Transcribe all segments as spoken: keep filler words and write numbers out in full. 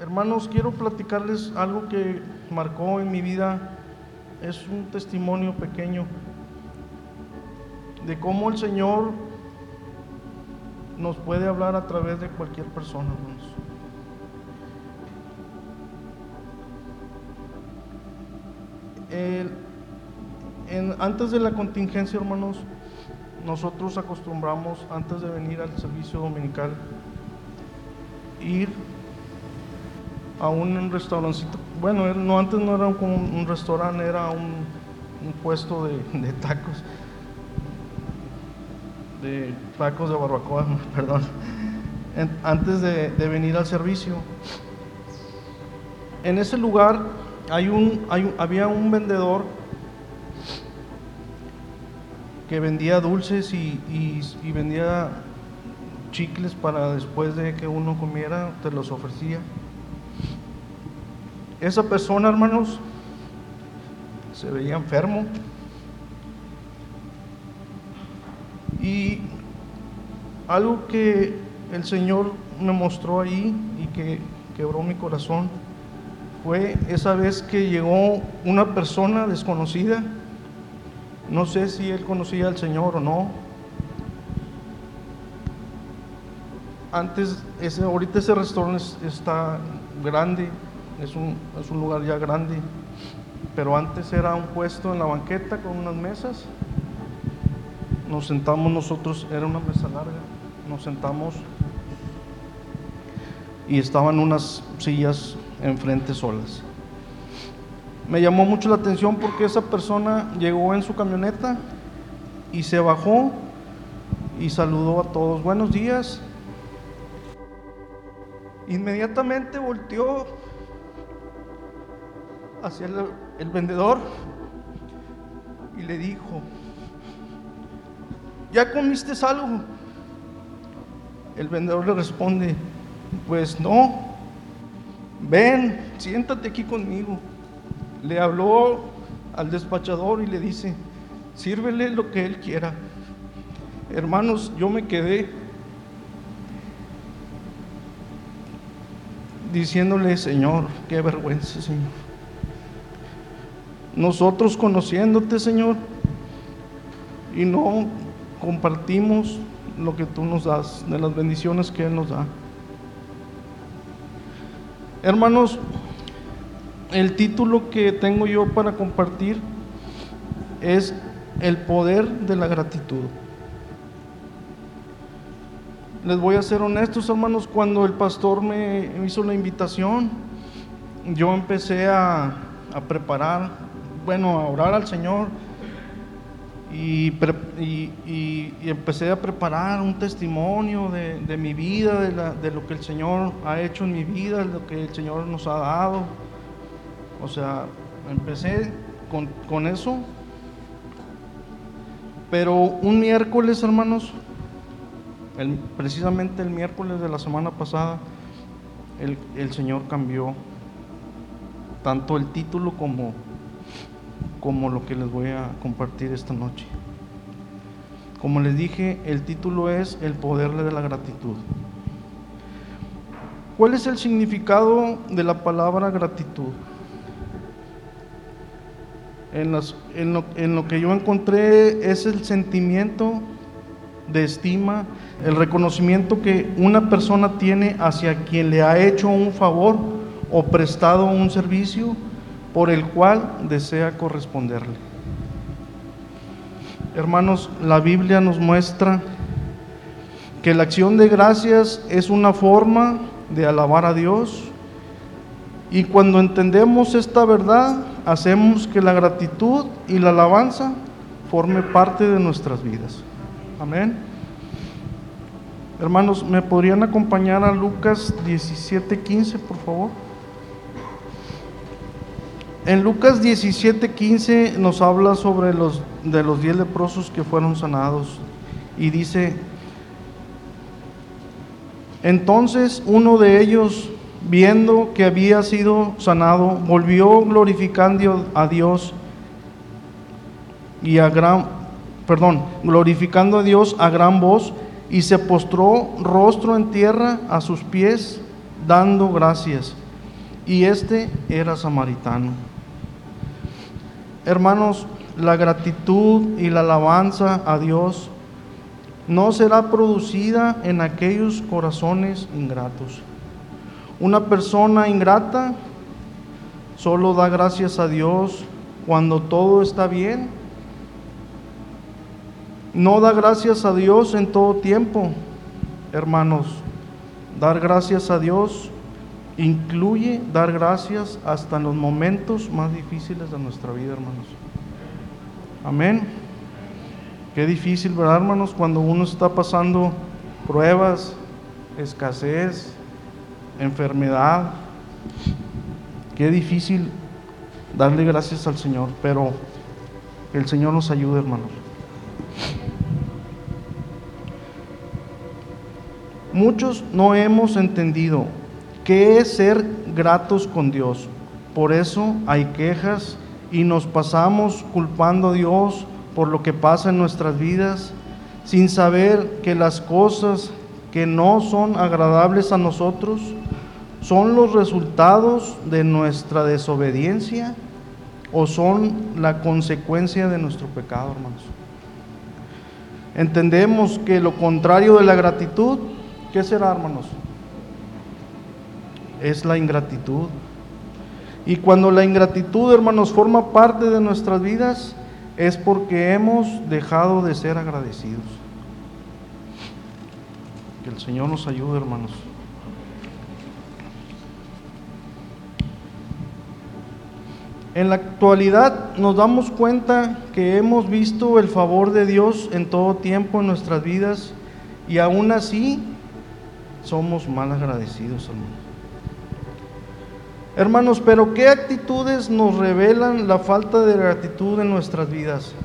Hermanos, quiero platicarles algo que marcó en mi vida. Es un testimonio pequeño de cómo el Señor nos puede hablar a través de cualquier persona, hermanos. El, en, antes de la contingencia, hermanos, nosotros acostumbramos, antes de venir al servicio dominical, ir a un restaurancito. Bueno, no, antes no era como un restaurante, era un, un puesto de, de tacos, de tacos de barbacoa, perdón, en, antes de, de venir al servicio. En ese lugar hay un, hay un, había un vendedor que vendía dulces y, y, y vendía chicles para después de que uno comiera, te los ofrecía. Esa persona, hermanos, se veía enfermo y algo que el Señor me mostró ahí y que quebró mi corazón fue esa vez que llegó una persona desconocida. No sé si él conocía al Señor o no. Antes, ese, ahorita ese restaurante está grande, es un, es un lugar ya grande, pero antes era un puesto en la banqueta con unas mesas. Nos sentamos nosotros, era una mesa larga, nos sentamos y estaban unas sillas enfrente solas. Me llamó mucho la atención porque esa persona llegó en su camioneta y se bajó y saludó a todos. Buenos días. Inmediatamente volteó hacia el, el vendedor y le dijo: ¿ya comiste algo? El vendedor le responde: pues no. Ven, siéntate aquí conmigo. Le habló al despachador y le dice: sírvele lo que él quiera. Hermanos, yo me quedé diciéndole: Señor, qué vergüenza, Señor. Nosotros conociéndote, Señor, y no compartimos lo que tú nos das, de las bendiciones que Él nos da. Hermanos, el título que tengo yo para compartir es el poder de la gratitud. Les voy a ser honestos, hermanos, cuando el pastor me hizo la invitación, yo empecé a, a preparar, bueno, a orar al Señor y, y, y, y empecé a preparar un testimonio de, de mi vida, de, la, de lo que el Señor ha hecho en mi vida, de lo que el Señor nos ha dado. O sea, empecé con, con eso, pero un miércoles, hermanos, el, precisamente el miércoles de la semana pasada, el, el Señor cambió tanto el título como, como lo que les voy a compartir esta noche. Como les dije, el título es El poder de la gratitud. ¿Cuál es el significado de la palabra gratitud? En, las, en, lo, en lo que yo encontré es el sentimiento de estima, el reconocimiento que una persona tiene hacia quien le ha hecho un favor o prestado un servicio por el cual desea corresponderle. Hermanos, la Biblia nos muestra que la acción de gracias es una forma de alabar a Dios, y cuando entendemos esta verdad, hacemos que la gratitud y la alabanza forme parte de nuestras vidas. Amén. Hermanos, ¿me podrían acompañar a Lucas diecisiete quince, por favor? En Lucas diecisiete quince nos habla sobre los de los diez leprosos que fueron sanados, y dice: entonces uno de ellos, viendo que había sido sanado, volvió glorificando a Dios y a gran, perdón, glorificando a Dios a gran voz, y se postró rostro en tierra a sus pies, dando gracias. y este era samaritano. Hermanos, la gratitud y la alabanza a Dios no será producida en aquellos corazones ingratos. Una persona ingrata solo da gracias a Dios cuando todo está bien. No da gracias a Dios en todo tiempo. Hermanos, dar gracias a Dios incluye dar gracias hasta en los momentos más difíciles de nuestra vida, hermanos. Amén. Qué difícil, ¿verdad, hermanos? Cuando uno está pasando pruebas, escasez, enfermedad. Qué difícil darle gracias al Señor, pero que el Señor nos ayude, hermanos. Muchos no hemos entendido qué es ser gratos con Dios. Por eso hay quejas y nos pasamos culpando a Dios por lo que pasa en nuestras vidas, sin saber que las cosas que no son agradables a nosotros son los resultados de nuestra desobediencia o son la consecuencia de nuestro pecado, hermanos. Entendemos que lo contrario de la gratitud, ¿qué será, hermanos? Es la ingratitud. Y cuando la ingratitud, hermanos, forma parte de nuestras vidas, es porque hemos dejado de ser agradecidos. Que el Señor nos ayude, hermanos. En la actualidad nos damos cuenta que hemos visto el favor de Dios en todo tiempo en nuestras vidas y aún así somos mal agradecidos, hermanos. Hermanos, pero ¿qué actitudes nos revelan la falta de gratitud en nuestras vidas?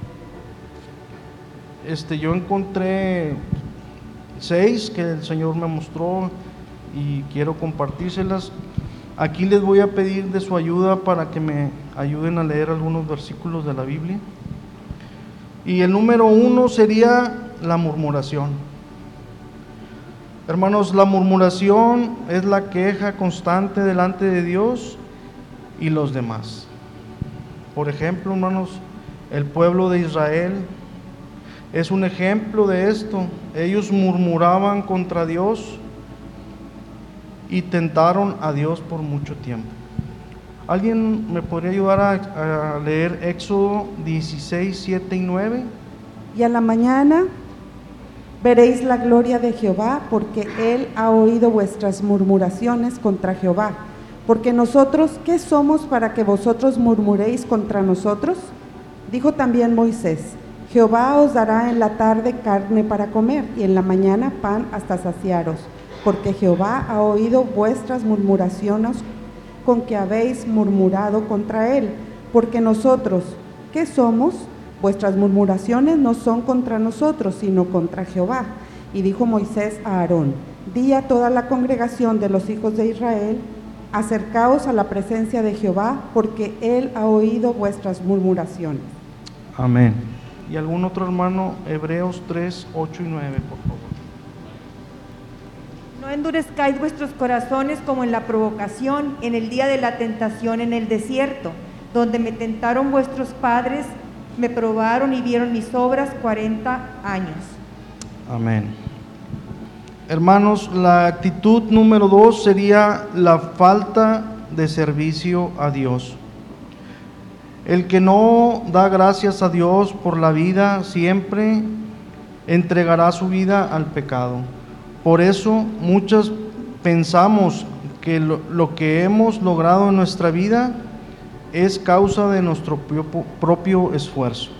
Este, yo encontré seis que el Señor me mostró y quiero compartírselas. Aquí les voy a pedir de su ayuda para que me ayuden a leer algunos versículos de la Biblia. Y el número uno sería la murmuración. Hermanos, la murmuración es la queja constante delante de Dios y los demás. Por ejemplo, hermanos, el pueblo de Israel es un ejemplo de esto. Ellos murmuraban contra Dios y tentaron a Dios por mucho tiempo. ¿Alguien me podría ayudar a, a leer Éxodo dieciséis, siete y nueve? Y a la mañana veréis la gloria de Jehová, porque Él ha oído vuestras murmuraciones contra Jehová. Porque nosotros, ¿qué somos para que vosotros murmuréis contra nosotros? Dijo también Moisés: Jehová os dará en la tarde carne para comer, y en la mañana pan hasta saciaros, porque Jehová ha oído vuestras murmuraciones con que habéis murmurado contra Él. Porque nosotros, ¿qué somos? Vuestras murmuraciones no son contra nosotros, sino contra Jehová. Y dijo Moisés a Aarón: Di a toda la congregación de los hijos de Israel: acercaos a la presencia de Jehová, porque Él ha oído vuestras murmuraciones. Amén. ¿Y algún otro hermano? Hebreos tres, ocho y nueve, por favor. No endurezcáis vuestros corazones como en la provocación, en el día de la tentación en el desierto, donde me tentaron vuestros padres, me probaron y vieron mis obras cuarenta años. Amén. Hermanos, la actitud número dos sería la falta de servicio a Dios. El que no da gracias a Dios por la vida siempre entregará su vida al pecado. Por eso muchas pensamos que lo, lo que hemos logrado en nuestra vida es causa de nuestro propio, propio esfuerzo.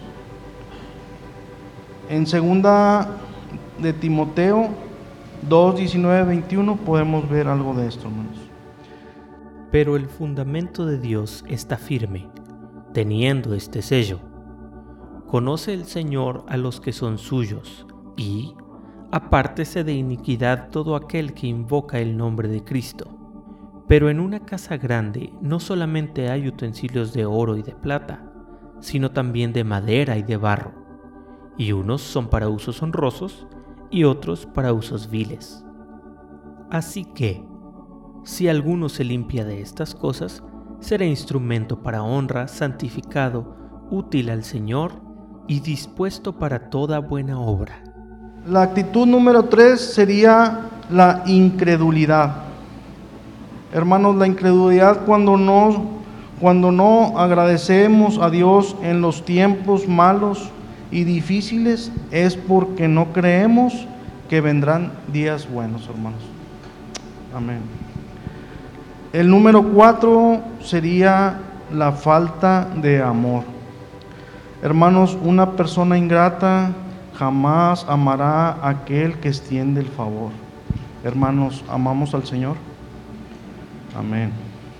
En segunda de Timoteo dos, diecinueve, veintiuno podemos ver algo de esto, hermanos. Pero el fundamento de Dios está firme, teniendo este sello: conoce el Señor a los que son suyos, y apártese de iniquidad todo aquel que invoca el nombre de Cristo. Pero en una casa grande no solamente hay utensilios de oro y de plata, sino también de madera y de barro, y unos son para usos honrosos y otros para usos viles. Así que, Si alguno se limpia de estas cosas, será instrumento para honra, santificado, útil al Señor y dispuesto para toda buena obra. La actitud número tres sería la incredulidad. Hermanos, la incredulidad cuando no, cuando no agradecemos a Dios en los tiempos malos y difíciles es porque no creemos que vendrán días buenos, hermanos. Amén. El número cuatro sería la falta de amor. Hermanos, una persona ingrata jamás amará a aquel que extiende el favor. Hermanos, ¿amamos al Señor? Amén.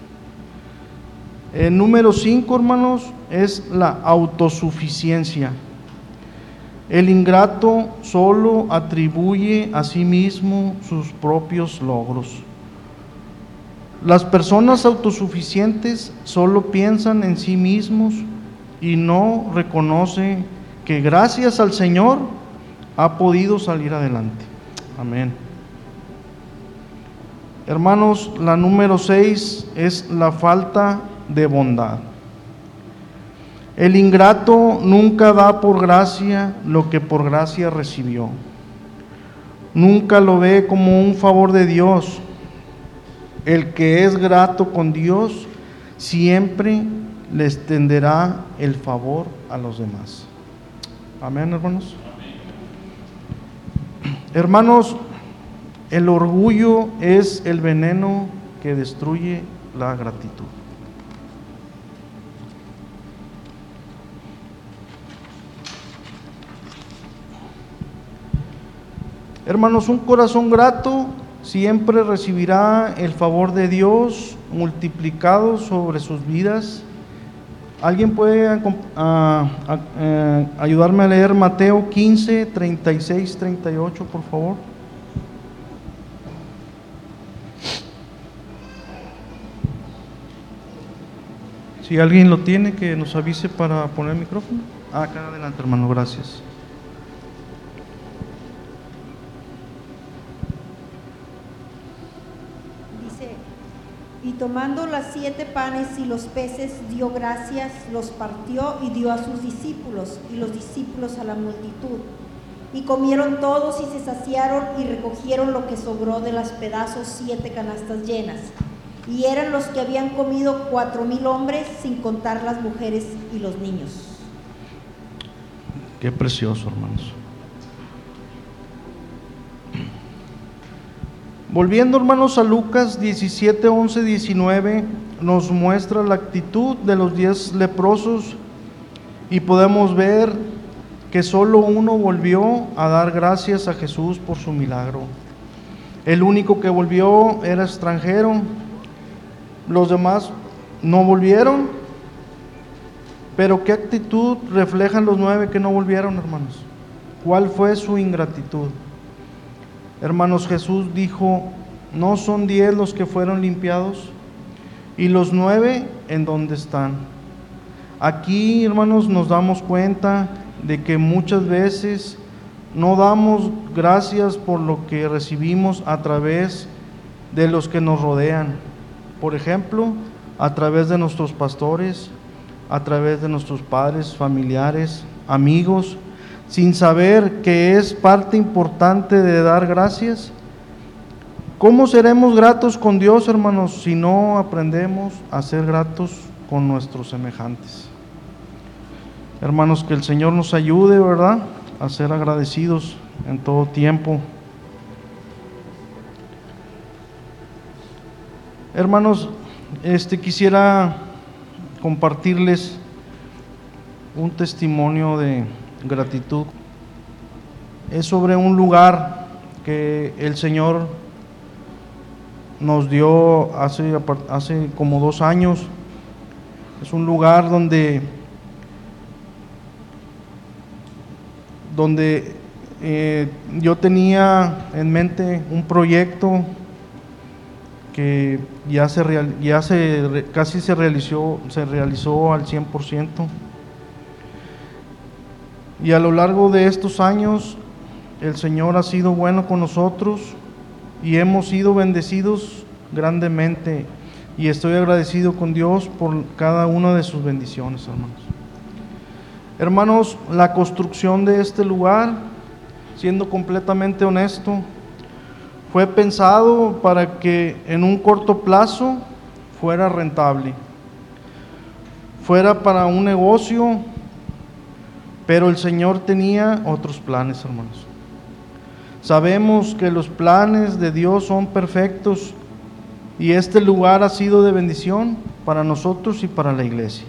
El número cinco, hermanos, es la autosuficiencia. El ingrato solo atribuye a sí mismo sus propios logros. Las personas autosuficientes solo piensan en sí mismos y no reconocen que gracias al Señor ha podido salir adelante. Amén. Hermanos, la número seis es la falta de bondad. El ingrato nunca da por gracia lo que por gracia recibió. Nunca lo ve como un favor de Dios. El que es grato con Dios siempre le extenderá el favor a los demás. Amén, hermanos. Amén. Hermanos, el orgullo es el veneno que destruye la gratitud. Hermanos, un corazón grato siempre recibirá el favor de Dios multiplicado sobre sus vidas. ¿Alguien puede uh, uh, uh, ayudarme a leer Mateo quince, treinta y seis, treinta y ocho, por favor? Si alguien lo tiene, que nos avise para poner el micrófono. Ah, acá adelante, hermano, gracias. Y tomando las siete panes y los peces, dio gracias, los partió y dio a sus discípulos, y los discípulos a la multitud. Y comieron todos y se saciaron, y recogieron lo que sobró de los pedazos, siete canastas llenas. Y eran los que habían comido cuatro mil hombres, sin contar las mujeres y los niños. Qué precioso, hermanos. Volviendo, hermanos, a Lucas diecisiete, once, diecinueve, nos muestra la actitud de los diez leprosos y podemos ver que solo uno volvió a dar gracias a Jesús por su milagro. El único que volvió era extranjero, los demás no volvieron. Pero ¿qué actitud reflejan los nueve que no volvieron, hermanos? ¿Cuál fue su ingratitud? Hermanos, Jesús dijo, ¿no son diez los que fueron limpiados? ¿Y los nueve en dónde están? Aquí, hermanos, nos damos cuenta de que muchas veces no damos gracias por lo que recibimos a través de los que nos rodean. Por ejemplo, a través de nuestros pastores, a través de nuestros padres, familiares, amigos, sin saber que es parte importante de dar gracias. ¿Cómo seremos gratos con Dios, hermanos, si no aprendemos a ser gratos con nuestros semejantes? Hermanos, que el Señor nos ayude, ¿verdad?, a ser agradecidos en todo tiempo. Hermanos, este quisiera compartirles un testimonio de gratitud. Es sobre un lugar que el Señor nos dio hace, hace como dos años. Es un lugar donde, donde eh, yo tenía en mente un proyecto que ya se real, ya se casi se realizó, se realizó al cien por ciento. Y a lo largo de estos años, el Señor ha sido bueno con nosotros y hemos sido bendecidos grandemente y estoy agradecido con Dios por cada una de sus bendiciones, hermanos. Hermanos, la construcción de este lugar, siendo completamente honesto, fue pensado para que en un corto plazo fuera rentable, fuera para un negocio, pero el Señor tenía otros planes, hermanos. Sabemos que los planes de Dios son perfectos y este lugar ha sido de bendición para nosotros y para la iglesia.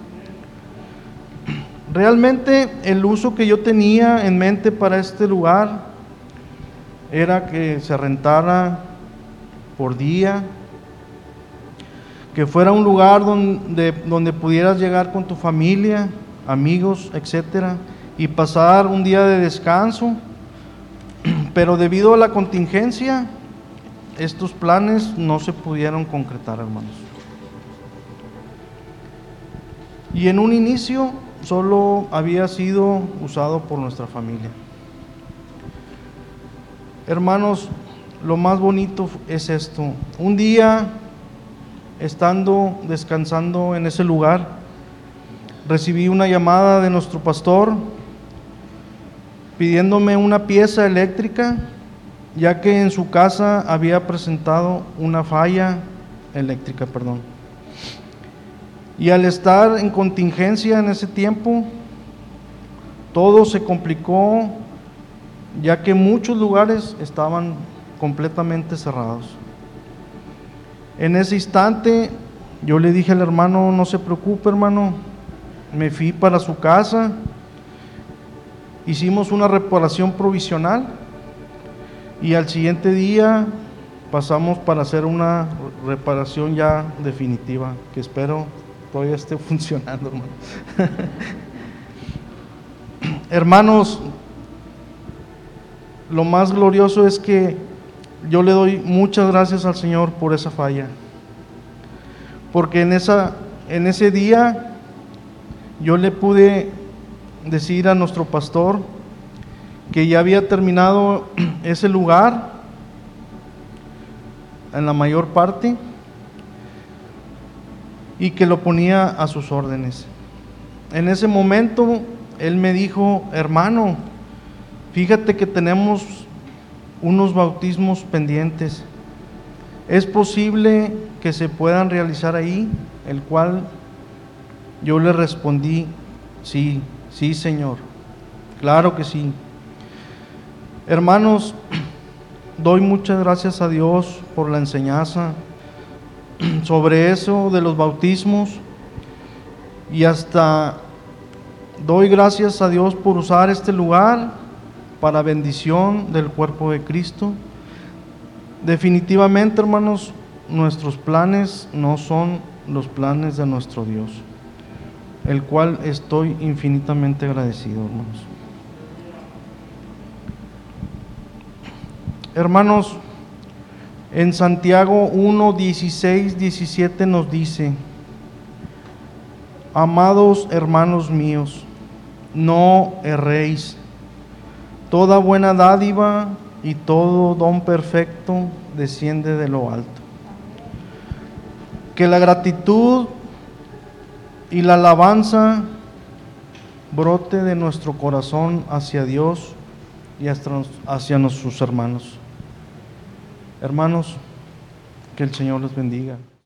Realmente el uso que yo tenía en mente para este lugar era que se rentara por día, que fuera un lugar donde, donde pudieras llegar con tu familia, amigos, etcétera, y pasar un día de descanso. Pero debido a la contingencia, estos planes no se pudieron concretar, hermanos. Y en un inicio solo había sido usado por nuestra familia. Hermanos, lo más bonito es esto. Un día, estando descansando en ese lugar, recibí una llamada de nuestro pastor pidiéndome una pieza eléctrica, ya que en su casa había presentado una falla eléctrica, perdón. Y al estar en contingencia en ese tiempo, todo se complicó, ya que muchos lugares estaban completamente cerrados. En ese instante, yo le dije al hermano, no se preocupe, hermano, me fui para su casa. Hicimos una reparación provisional y al siguiente día pasamos para hacer una reparación ya definitiva, que espero todavía esté funcionando, hermano. Hermanos, lo más glorioso es que yo le doy muchas gracias al Señor por esa falla, porque en, esa, en ese día yo le pude decir a nuestro pastor que ya había terminado ese lugar en la mayor parte y que lo ponía a sus órdenes. En ese momento él me dijo, hermano, fíjate que tenemos unos bautismos pendientes, ¿es posible que se puedan realizar ahí? El cual yo le respondí, sí, sí, Señor, claro que sí. Hermanos, doy muchas gracias a Dios por la enseñanza sobre eso de los bautismos y hasta doy gracias a Dios por usar este lugar para bendición del cuerpo de Cristo. Definitivamente, hermanos, nuestros planes no son los planes de nuestro Dios, el cual estoy infinitamente agradecido, hermanos. Hermanos, en Santiago uno, dieciséis, diecisiete nos dice, amados hermanos míos, no erréis, toda buena dádiva y todo don perfecto desciende de lo alto. Que la gratitud y la alabanza brote de nuestro corazón hacia Dios y hacia nuestros hermanos. Hermanos, que el Señor los bendiga.